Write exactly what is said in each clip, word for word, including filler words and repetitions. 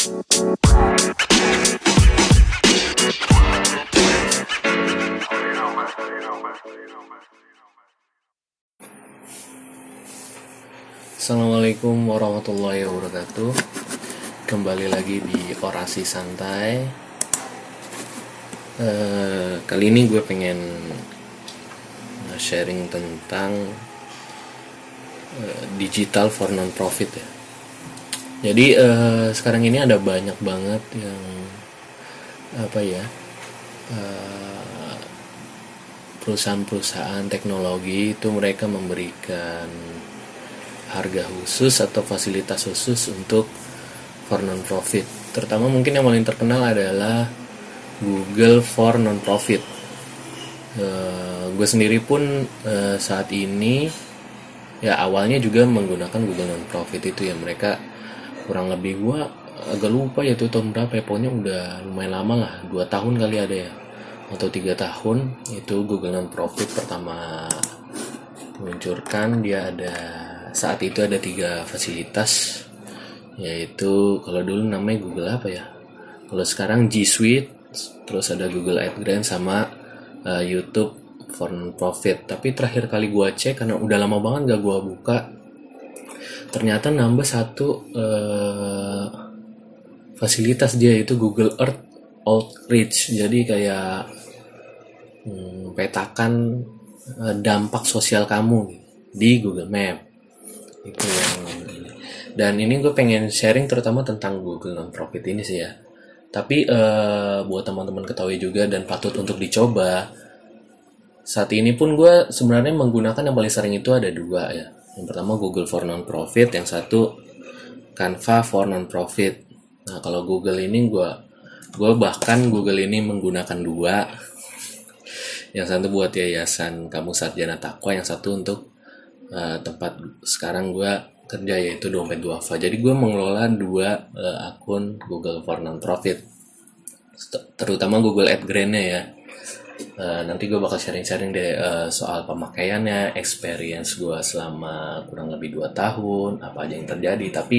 Assalamualaikum warahmatullahi wabarakatuh. Kembali lagi di Orasi Santai. uh, Kali ini gue pengen sharing tentang uh, digital for non-profit ya. Jadi uh, sekarang ini ada banyak banget yang apa ya uh, perusahaan-perusahaan teknologi itu mereka memberikan harga khusus atau fasilitas khusus untuk for non-profit. Terutama mungkin yang paling terkenal adalah Google for non-profit. Uh, gue sendiri pun uh, saat ini ya awalnya juga menggunakan Google non-profit itu ya. Mereka kurang lebih gue agak lupa ya itu tahun berapa ya. Pokoknya udah lumayan lama lah, dua tahun kali ada ya, atau tiga tahun itu Google non-profit pertama meluncurkan. Dia ada saat itu ada tiga fasilitas, yaitu kalau dulu namanya Google apa ya, kalau sekarang G Suite, terus ada Google AdGrants sama uh, YouTube for non-profit. Tapi terakhir kali gua cek karena udah lama banget gak gua buka, ternyata nambah satu uh, fasilitas dia, itu Google Earth Outreach. Jadi kayak hmm, petakan uh, dampak sosial kamu di Google Map itu yang ini. Dan ini gue pengen sharing terutama tentang Google non-profit ini sih ya. Tapi uh, buat teman-teman ketahui juga dan patut untuk dicoba. Saat ini pun gue sebenarnya menggunakan yang paling sering itu ada dua ya. Yang pertama Google for non-profit, yang satu Canva for non-profit. Nah kalau Google ini gue gue bahkan Google ini menggunakan dua. Yang satu buat yayasan Kamu Sarjana Takwa, yang satu untuk Uh, tempat sekarang gue kerja, yaitu Dompet Duafa. Jadi gue mengelola dua uh, akun Google for non-profit, terutama Google AdGrants-nya ya. Uh, nanti gue bakal sharing-sharing deh uh, soal pemakaiannya, experience gue selama kurang lebih dua tahun, apa aja yang terjadi. Tapi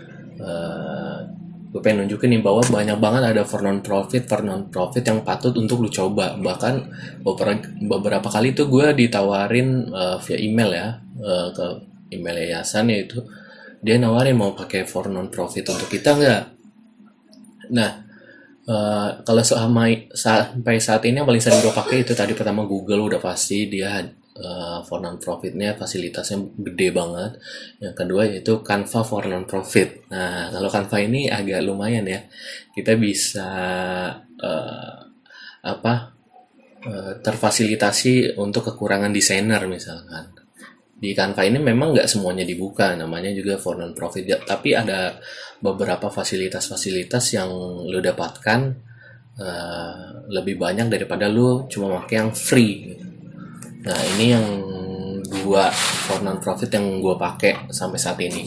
uh, gue pengen nunjukin nih bahwa banyak banget ada for non-profit, for non-profit yang patut untuk lu coba. Bahkan beberapa, beberapa kali tuh gue ditawarin uh, via email ya, uh, ke email yayasan, yaitu dia nawarin mau pakai for non-profit untuk kita nggak. Nah uh, kalau sampai sampai saat ini yang paling sering gue pakai itu tadi, pertama Google udah pasti dia uh, for non-profitnya fasilitasnya gede banget. Yang kedua yaitu Canva for non-profit. Nah kalau Canva ini agak lumayan ya, kita bisa uh, apa uh, terfasilitasi untuk kekurangan desainer misalkan. Di Canva ini memang nggak semuanya dibuka, namanya juga for non-profit ya, tapi ada beberapa fasilitas-fasilitas yang lo dapatkan uh, lebih banyak daripada lo cuma pakai yang free. Nah ini yang dua for non-profit yang gue pakai sampai saat ini.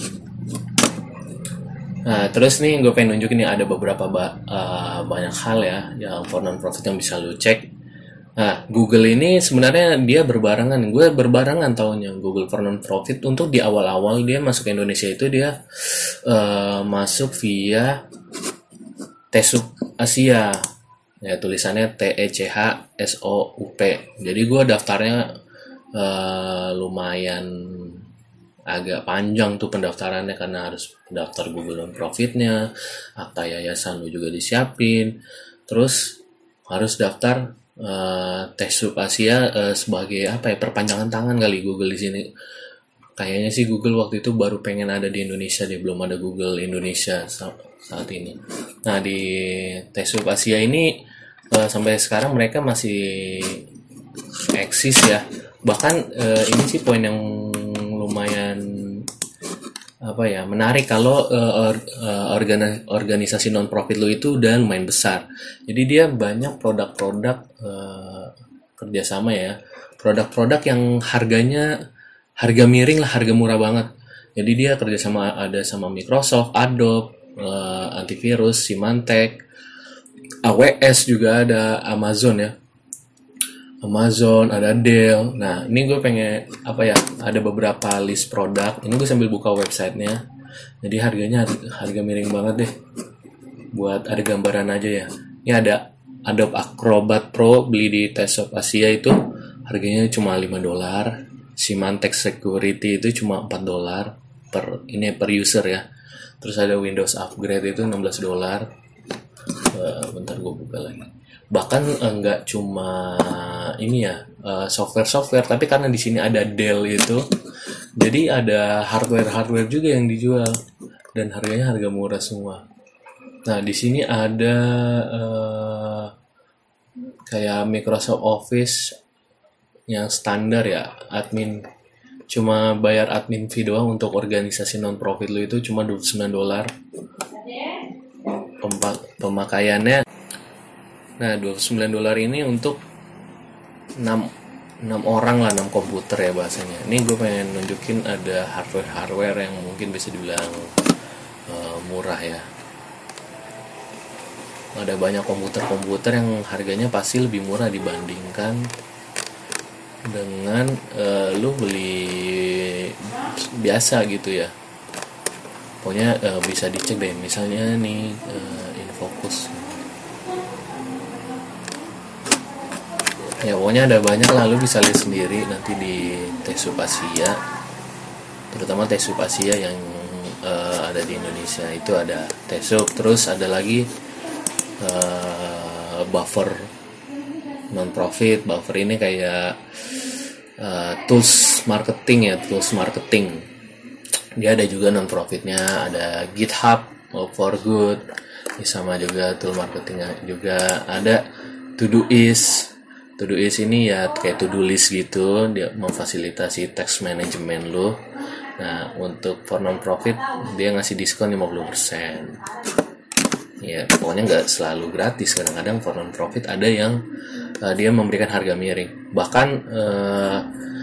Nah terus nih gue pengen nunjukin nih ada beberapa ba- uh, banyak hal ya yang for non-profit yang bisa lo cek. Nah Google ini sebenarnya dia berbarengan, gue berbarengan taunya Google for non-profit. Untuk di awal-awal dia masuk ke Indonesia itu dia uh, masuk via TESUP Asia. Ya tulisannya T E C H S O U P. Jadi gue daftarnya uh, lumayan agak panjang tuh pendaftarannya, karena harus daftar Google non-profitnya, akta yayasan lu juga disiapin, terus harus daftar uh, TESUP Asia uh, sebagai apa ya, perpanjangan tangan kali Google di sini. Kayaknya sih Google waktu itu baru pengen ada di Indonesia deh, belum ada Google Indonesia saat ini. Nah di TESUP Asia ini uh, sampai sekarang mereka masih eksis ya. Bahkan uh, ini sih poin yang lumayan apa ya menarik, kalau uh, or, uh, organi- organisasi non profit lo itu udah lumayan besar. Jadi dia banyak produk-produk uh, kerjasama ya, produk-produk yang harganya harga miring lah, harga murah banget. Jadi dia kerjasama ada sama Microsoft, Adobe, uh, antivirus, Symantec, A W S juga ada, Amazon ya, Amazon, ada Dell. Nah ini gue pengen apa ya, ada beberapa list produk. Ini gue sambil buka websitenya. Jadi harganya harga, harga miring banget deh. buat ada gambaran aja ya. Ini ada Adobe Acrobat Pro, beli di Teshop Asia itu harganya cuma lima dolar. Symantec Security itu cuma empat dolar per ini per user ya. Terus ada Windows Upgrade itu enam belas dolar. Uh, bentar gue buka lagi. Bahkan enggak cuma ini ya, uh, software-software, tapi karena di sini ada Dell itu, jadi ada hardware-hardware juga yang dijual dan harganya harga murah semua. Nah, di sini ada uh, kayak Microsoft Office yang standar ya, admin cuma bayar admin fee doang untuk organisasi non-profit lu itu cuma dua puluh sembilan dolar. Pemakaiannya, nah dua puluh sembilan dolar ini untuk enam orang lah, enam komputer ya bahasanya. Ini gue pengen nunjukin ada hardware-hardware yang mungkin bisa dibilang uh, murah ya. Ada banyak komputer-komputer yang harganya pasti lebih murah dibandingkan dengan uh, lu beli biasa gitu ya. Pokoknya uh, bisa dicek deh, misalnya nih uh, InFocus ya, pokoknya ada banyak lah, lu bisa lihat sendiri nanti di Teshop Asia, terutama Teshop Asia yang uh, ada di Indonesia itu ada Teshop. Terus ada lagi uh, Buffer non-profit. Buffer ini kayak uh, tools marketing ya, tools marketing. Dia ada juga non-profitnya, ada GitHub for Good, sama juga tool marketingnya juga. Ada Todoist. Todoist ini ya kayak to-do list gitu, dia memfasilitasi task management lo. Nah, untuk for non-profit dia ngasih diskon lima puluh persen. Ya, pokoknya nggak selalu gratis. Kadang-kadang for non-profit ada yang uh, dia memberikan harga miring. Bahkan uh,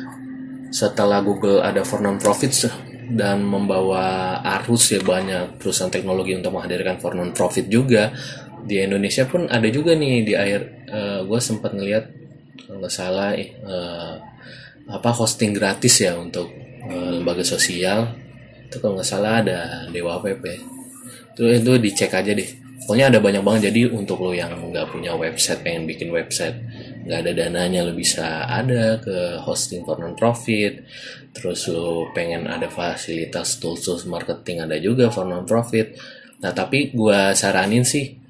setelah Google ada for non-profit dan membawa arus ya banyak perusahaan teknologi untuk menghadirkan for non-profit juga, di Indonesia pun ada juga nih di akhir. Uh, gue sempat ngeliat kalau nggak salah uh, apa hosting gratis ya untuk uh, lembaga sosial itu, kalau nggak salah ada Dewa Web ya. Itu itu dicek aja deh. Pokoknya ada banyak banget. Jadi untuk lo yang nggak punya website, pengen bikin website, nggak ada dananya, lo bisa ada ke hosting for non-profit. Terus lo pengen ada fasilitas tools-tools marketing, ada juga for non-profit. Nah, tapi gue saranin sih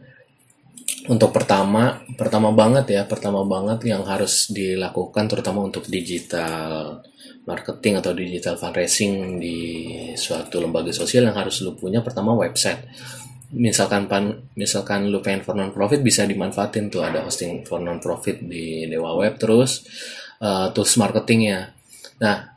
untuk pertama, pertama banget ya, pertama banget yang harus dilakukan terutama untuk digital marketing atau digital fundraising di suatu lembaga sosial yang harus lu punya, pertama website. Misalkan pan, misalkan lu pengen for non-profit, bisa dimanfaatin tuh ada hosting for non-profit di Dewa Web. Terus uh, tools marketingnya. Nah,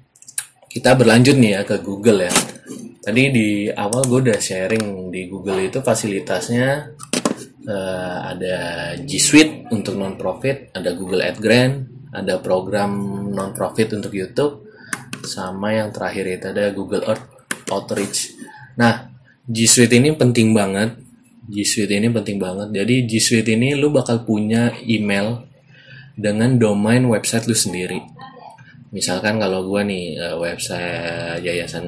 kita berlanjut nih ya ke Google ya. Tadi di awal gue udah sharing di Google itu fasilitasnya. Uh, ada G Suite untuk non-profit, ada Google AdGrants, ada program non-profit untuk YouTube, sama yang terakhir itu ada Google Earth Outreach. Nah, G Suite ini penting banget. G Suite ini penting banget. Jadi G Suite ini lu bakal punya email dengan domain website lu sendiri. Misalkan kalau gua nih uh, website yayasan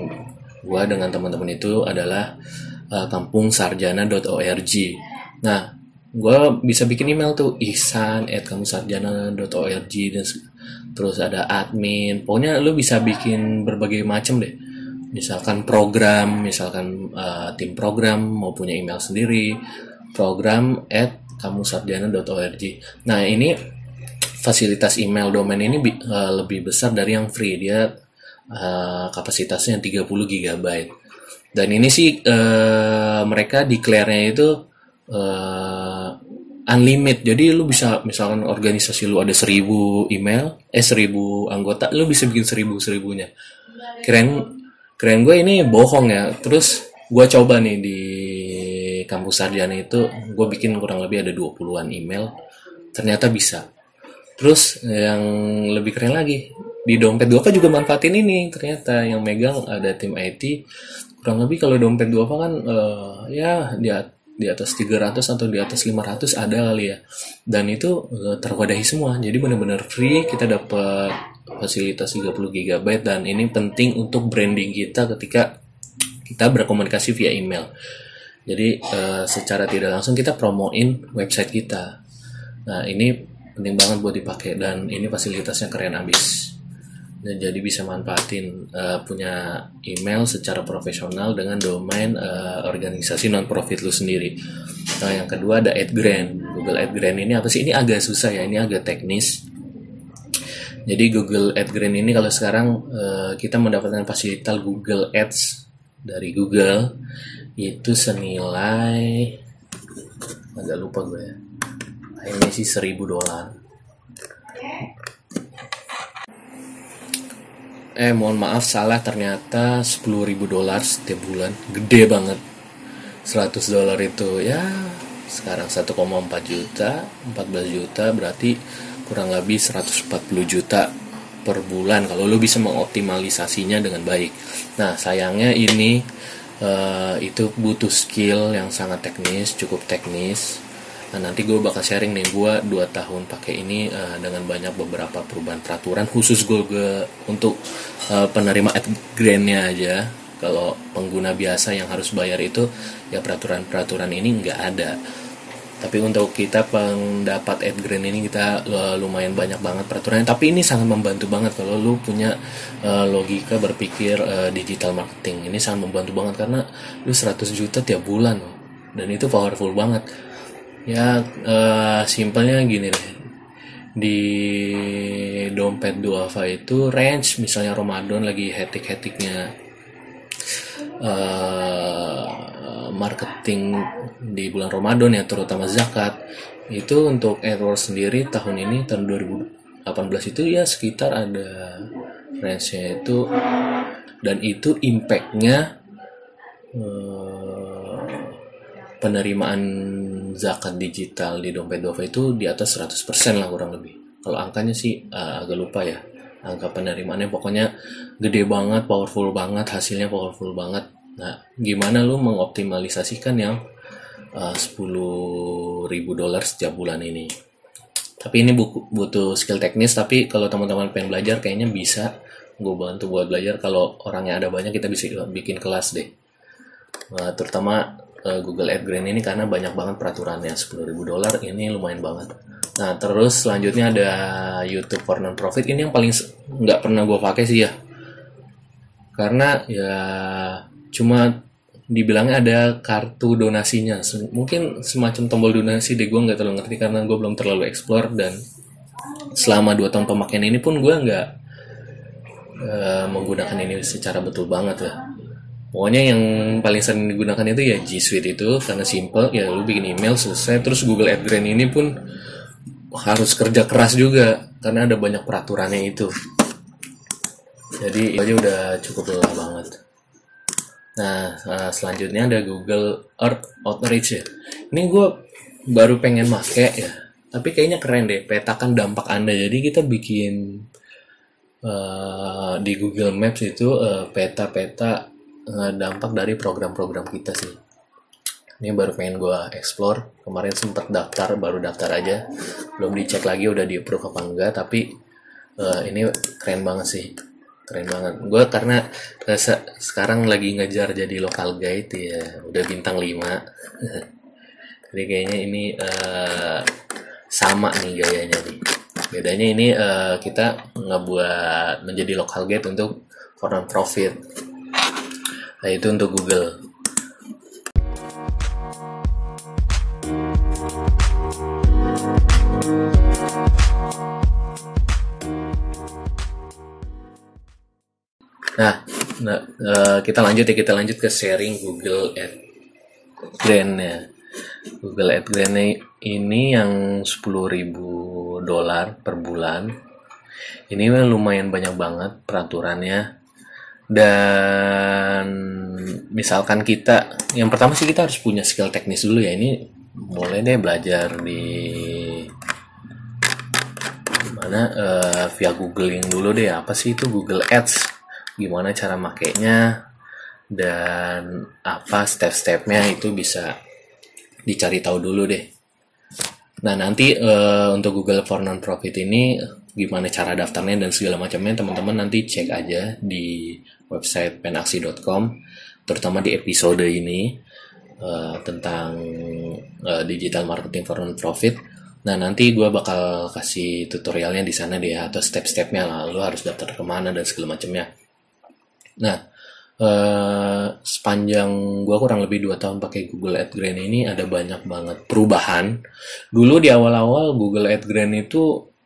gua dengan teman-teman itu adalah uh, kampungsarjana dot org. Nah, gue bisa bikin email tuh ihsan at kampungsarjana dot org, dan terus ada admin. Pokoknya lu bisa bikin berbagai macam deh. Misalkan program, misalkan uh, tim program mau punya email sendiri, program at kampungsarjana dot org. Nah, ini fasilitas email domain ini uh, lebih besar dari yang free. Dia uh, kapasitasnya tiga puluh giga byte. Dan ini sih uh, mereka declare-nya itu Uh, unlimited. Jadi lu bisa, misalkan organisasi lu ada seribu email, eh seribu anggota, lu bisa bikin seribu seribunya. Keren, keren gue ini bohong ya. Terus gue coba nih di Kampus Sarjana itu, gue bikin kurang lebih ada dua puluhan email, ternyata bisa. Terus yang lebih keren lagi, di Dompet Duafa juga manfaatin ini. Ternyata yang megang ada tim I T. Kurang lebih kalau Dompet Duafa kan uh, ya dia di atas tiga ratus atau di atas lima ratus ada kali ya, dan itu uh, terwadahi semua. Jadi benar-benar free, kita dapat fasilitas tiga puluh giga byte, dan ini penting untuk branding kita ketika kita berkomunikasi via email. Jadi uh, secara tidak langsung kita promoin website kita. Nah ini penting banget buat dipakai, dan ini fasilitasnya keren abis. Dan jadi bisa manfaatin uh, punya email secara profesional dengan domain uh, organisasi non profit lu sendiri. Nah yang kedua ada AdGrant. Google AdGrant ini apa sih? Ini agak susah ya, ini agak teknis. Jadi Google AdGrant ini kalau sekarang uh, kita mendapatkan fasilitas Google Ads dari Google itu senilai, agak lupa gue ya, kayaknya sih seribu dolar. Eh mohon maaf salah, ternyata sepuluh ribu dolar setiap bulan. Gede banget. Seratus dolar itu ya sekarang satu koma empat juta, empat belas juta, berarti kurang lebih seratus empat puluh juta per bulan kalau lo bisa mengoptimalisasinya dengan baik. Nah sayangnya ini uh, itu butuh skill yang sangat teknis, cukup teknis. Nah nanti gue bakal sharing nih, gue dua tahun pakai ini uh, dengan banyak beberapa perubahan peraturan khusus gue, gue untuk uh, penerima AdGrant-nya aja. Kalau pengguna biasa yang harus bayar itu ya peraturan-peraturan ini nggak ada. Tapi untuk kita pendapat AdGrant ini kita uh, lumayan banyak banget peraturannya. Tapi ini sangat membantu banget kalau lu punya uh, logika berpikir uh, digital marketing. Ini sangat membantu banget karena lu seratus juta tiap bulan loh. Dan itu powerful banget. Ya uh, simpelnya gini deh, di dompet duafa itu range misalnya Ramadan lagi hektik-hektiknya uh, marketing di bulan Ramadan ya, terutama zakat, itu untuk AdWords sendiri tahun ini tahun dua ribu delapan belas itu ya sekitar ada range-nya itu, dan itu impact-nya uh, penerimaan zakat digital di dompet duafa itu di atas seratus persen lah kurang lebih. Kalau angkanya sih uh, agak lupa ya. Angka penerimaannya pokoknya gede banget, powerful banget, hasilnya powerful banget. Nah, gimana lu mengoptimalisasikan yang uh, sepuluh ribu dolar setiap bulan ini? Tapi ini buku, butuh skill teknis, tapi kalau teman-teman pengen belajar kayaknya bisa. Gue bantu buat belajar, kalau orangnya ada banyak kita bisa bikin kelas deh. Uh, terutama Google AdGrant ini karena banyak banget peraturannya. Sepuluh ribu dolar ini lumayan banget. Nah terus selanjutnya ada YouTube for non-profit. Ini yang paling nggak pernah gue pakai sih ya, karena ya cuma dibilangnya ada kartu donasinya, mungkin semacam tombol donasi deh. Gue nggak terlalu ngerti karena gue belum terlalu explore, dan selama dua tahun pemakaian ini pun gue nggak uh, menggunakan ini secara betul banget ya. Pokoknya yang paling sering digunakan itu ya G Suite itu karena simple, ya lu bikin email selesai. Terus Google AdGrant ini pun harus kerja keras juga karena ada banyak peraturannya itu. Jadi itu aja udah cukup lelah banget. Nah selanjutnya ada Google Earth Outreach ya. Ini gue baru pengen make ya, tapi kayaknya keren deh, petakan dampak Anda. Jadi kita bikin uh, di Google Maps itu uh, peta-peta dampak dari program-program kita sih. Ini baru pengen gue explore. Kemarin sempat daftar, baru daftar aja, belum dicek lagi udah di approve apa enggak. Tapi uh, ini keren banget sih, keren banget. Gue karena uh, se- sekarang lagi ngejar jadi local guide ya, udah bintang lima. Jadi kayaknya ini uh, sama nih gayanya nih. Bedanya ini uh, kita ngebuat menjadi local guide untuk for non-profit. Nah itu untuk Google. Nah, nah uh, kita lanjut ya, kita lanjut ke sharing Google AdGrant ya. Google AdGrant ini yang sepuluh ribu dolar per bulan. Ini lumayan banyak banget peraturannya. Dan misalkan kita, yang pertama sih kita harus punya skill teknis dulu ya. Ini boleh deh belajar di mana uh, via googling dulu deh, apa sih itu Google Ads, gimana cara makainya, dan apa step-stepnya itu bisa dicari tahu dulu deh. Nah nanti uh, untuk Google for non-profit ini gimana cara daftarnya dan segala macamnya, teman-teman nanti cek aja di website penaksi dot com, terutama di episode ini. uh, tentang uh, digital marketing for non-profit. Nah, nanti gue bakal kasih tutorialnya di sana deh, atau step-stepnya lah, lo harus daftar kemana dan segala macamnya. Nah, eh, sepanjang gue kurang lebih dua tahun pakai Google AdGrant ini ada banyak banget perubahan. Dulu di awal-awal Google AdGrant itu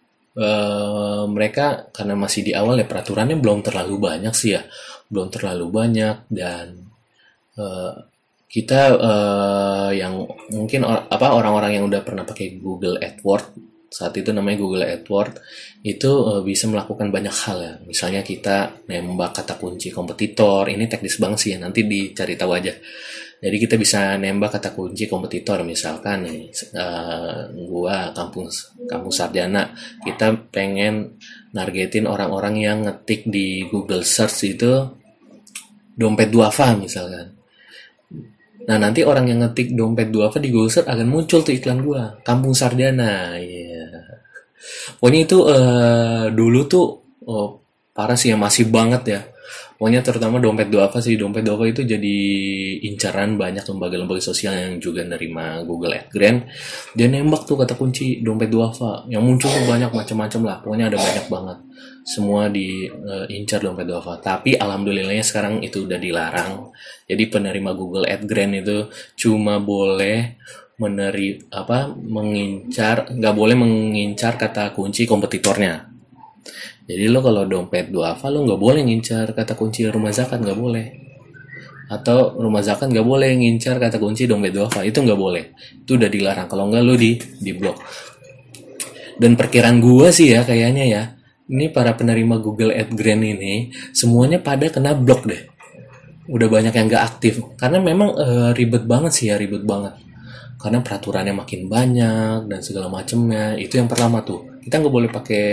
eh, mereka karena masih di awal ya, peraturannya belum terlalu banyak sih ya, belum terlalu banyak, dan eh, kita uh, yang mungkin or, apa orang-orang yang udah pernah pakai Google AdWords, saat itu namanya Google AdWords, itu uh, bisa melakukan banyak hal ya. Misalnya kita nembak kata kunci kompetitor. Ini teknis banget sih ya, nanti dicari tahu aja. Jadi kita bisa nembak kata kunci kompetitor, misalkan nih uh, gua kampus kampus sarjana, kita pengen nargetin orang-orang yang ngetik di Google Search itu dompet duafa misalkan. Nah, nanti orang yang ngetik dompet duafa di Google Search akan muncul tuh iklan gua, Kampung Sarjana. Iya. Yeah. Pokoknya itu uh, dulu tuh oh, parah sih ya, masih banget ya. Pokoknya terutama dompet duafa sih, dompet duafa itu jadi incaran banyak lembaga-lembaga sosial yang juga nerima Google AdGrant. Dia nembak tuh kata kunci dompet duafa, yang muncul tuh banyak macam-macam lah. Pokoknya ada banyak banget. Semua diincar uh, dompet duafa. Tapi alhamdulillahnya sekarang itu udah dilarang. Jadi penerima Google AdGrant itu cuma boleh meneri apa mengincar, nggak boleh mengincar kata kunci kompetitornya. Jadi lo kalau dompet duafa lo nggak boleh ngincar kata kunci rumah zakat, nggak boleh. Atau rumah zakat nggak boleh ngincar kata kunci dompet duafa, itu nggak boleh. Itu udah dilarang. Kalau nggak lo di di blok. Dan perkiraan gua sih ya kayaknya ya, ini para penerima Google AdGrant ini semuanya pada kena blok deh. Udah banyak yang nggak aktif karena memang e, ribet banget sih ya, ribet banget. Karena peraturannya makin banyak dan segala macamnya. Itu yang pertama tuh, kita nggak boleh pakai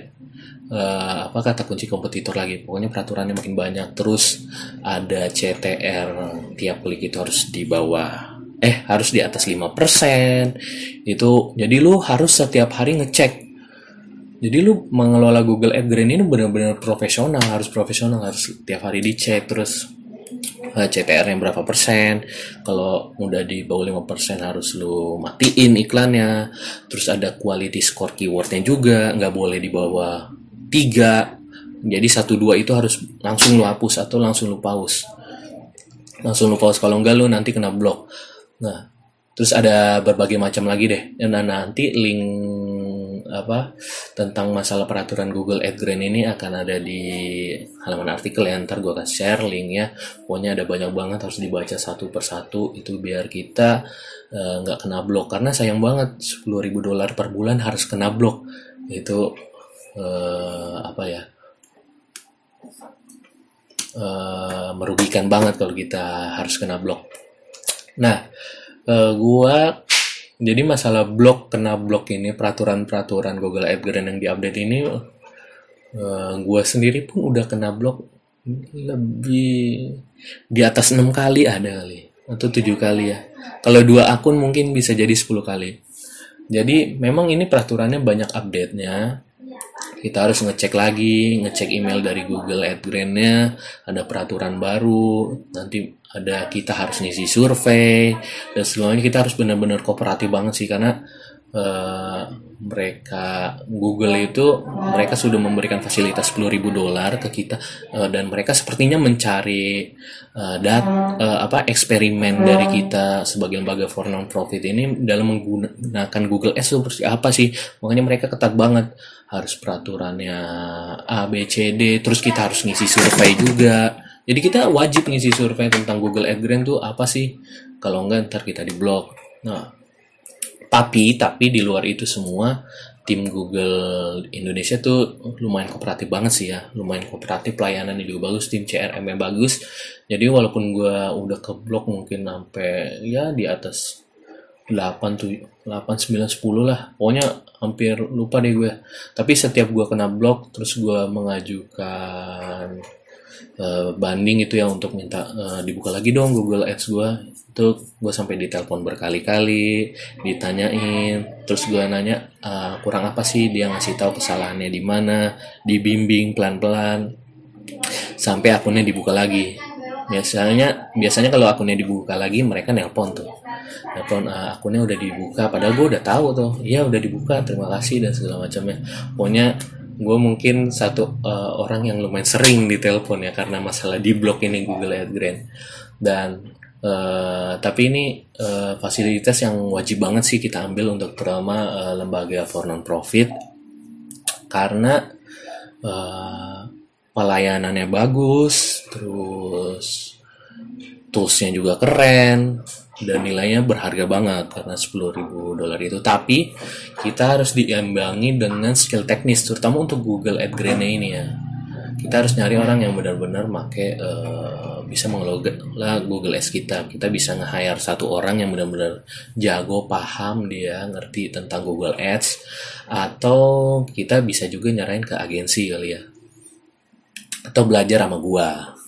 Uh, apa kata kunci kompetitor lagi. Pokoknya peraturannya makin banyak. Terus ada C T R, tiap klik itu harus di bawah eh harus di atas lima persen. Itu jadi lu harus setiap hari ngecek. Jadi lu mengelola Google AdGrant ini benar-benar profesional, harus profesional, harus tiap hari dicek. Terus uh, C T R-nya berapa persen. Kalau udah di bawah lima persen harus lu matiin iklannya. Terus ada quality score keywordnya juga, nggak boleh di bawah tiga. Jadi satu dua itu harus langsung lu hapus atau langsung lu pause. Langsung lu pause, kalau enggak lu nanti kena blok. Nah, terus ada berbagai macam lagi deh. Dan nanti link apa tentang masalah peraturan Google AdGrant ini akan ada di halaman artikel ya. Ntar gue akan share linknya. Pokoknya ada banyak banget, harus dibaca satu persatu itu biar kita nggak uh, kena blok. Karena sayang banget sepuluh ribu dolar per bulan harus kena blok. Itu Uh, apa ya uh, merugikan banget kalau kita harus kena blok. Nah, uh, gua jadi masalah blok kena blok ini, peraturan-peraturan Google AdGrant yang diupdate ini, uh, gua sendiri pun udah kena blok lebih di atas enam kali ada kali atau tujuh kali ya. Kalau dua akun mungkin bisa jadi sepuluh kali. Jadi memang ini peraturannya banyak update-nya. Kita harus ngecek lagi, ngecek email dari Google AdGrant-nya, ada peraturan baru, nanti ada kita harus ngisi survei, dan semuanya kita harus benar-benar kooperatif banget sih, karena uh, mereka, Google itu, mereka sudah memberikan fasilitas sepuluh ribu dolar ke kita, uh, dan mereka sepertinya mencari uh, dat, uh, apa eksperimen dari kita sebagai lembaga for non-profit ini dalam menggunakan Google Ads seperti apa sih, makanya mereka ketat banget. Harus peraturannya A, B, C, D, terus kita harus ngisi survei juga. Jadi kita wajib ngisi survei tentang Google AdGrant tuh apa sih? Kalau enggak ntar kita diblok. Nah, tapi tapi di luar itu semua, tim Google Indonesia tuh lumayan kooperatif banget sih ya, lumayan kooperatif, pelayanannya juga bagus, tim C R M-nya bagus. Jadi walaupun gue udah keblok mungkin sampai ya di atas delapan, sembilan, sepuluh lah. Pokoknya hampir lupa deh gue. Tapi setiap gue kena blok, terus gue mengajukan uh, banding itu ya untuk minta uh, dibuka lagi dong Google Ads gue. Itu gue sampai ditelepon berkali-kali, ditanyain. Terus gue nanya uh, kurang apa sih, dia ngasih tahu kesalahannya di mana, dibimbing pelan-pelan sampai akunnya dibuka lagi. biasanya biasanya kalau akunnya dibuka lagi mereka nelpon tuh, nelpon uh, akunnya udah dibuka, padahal gue udah tahu tuh, iya udah dibuka, terima kasih dan segala macamnya. Pokoknya gue mungkin satu uh, orang yang lumayan sering ditelepon ya karena masalah di blok ini Google AdGreen. Dan uh, tapi ini uh, fasilitas yang wajib banget sih kita ambil untuk terutama uh, lembaga for non profit, karena uh, pelayanannya bagus, terus toolsnya juga keren, dan nilainya berharga banget karena sepuluh ribu dolar itu. Tapi kita harus diimbangi dengan skill teknis, terutama untuk Google AdGreen ini ya. Kita harus nyari orang yang benar-benar make uh, bisa mengelola Google Ads kita. Kita bisa nge-hire satu orang yang benar-benar jago, paham, dia ngerti tentang Google Ads, atau kita bisa juga nyarain ke agensi kali ya, atau belajar sama gua.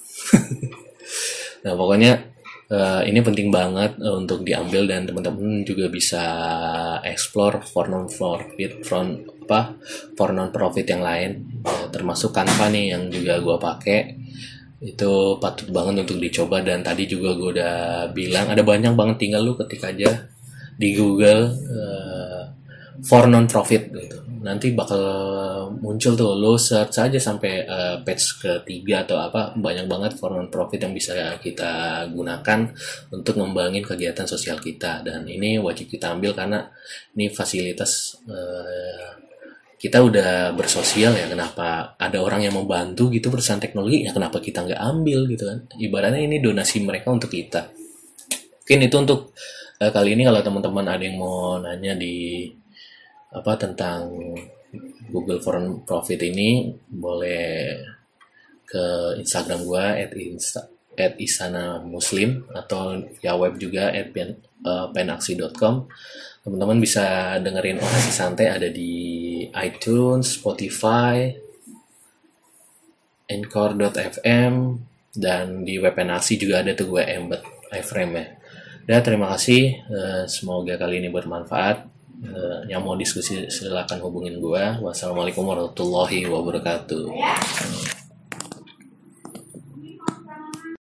Nah pokoknya Uh, ini penting banget uh, untuk diambil, dan teman-teman juga bisa explore for non profit from apa for non profit yang lain, uh, termasuk Canva nih yang juga gue pakai, itu patut banget untuk dicoba. Dan tadi juga gue udah bilang ada banyak banget, tinggal lu ketik aja di Google uh, for non profit gitu, nanti bakal muncul tuh, lo search aja sampai uh, page ketiga atau apa, banyak banget for non profit yang bisa kita gunakan untuk ngembangin kegiatan sosial kita. Dan ini wajib kita ambil karena ini fasilitas uh, kita udah bersosial ya, kenapa ada orang yang membantu gitu perusahaan teknologi ya, kenapa kita nggak ambil gitu kan, ibaratnya ini donasi mereka untuk kita. Mungkin itu untuk uh, kali ini. Kalau teman-teman ada yang mau nanya di apa tentang Google for Profit ini, boleh ke Instagram gue at insta at isana muslim, atau ya web juga at pen, uh, penaksi dot com. Teman-teman bisa dengerin Orasi Santai ada di iTunes, Spotify, Anchor dot f m, dan di web Penaksi juga ada tuh gue embed iframe ya. Dan terima kasih, uh, semoga kali ini bermanfaat. Uh, yang mau diskusi silakan hubungin gue. Wassalamualaikum warahmatullahi wabarakatuh.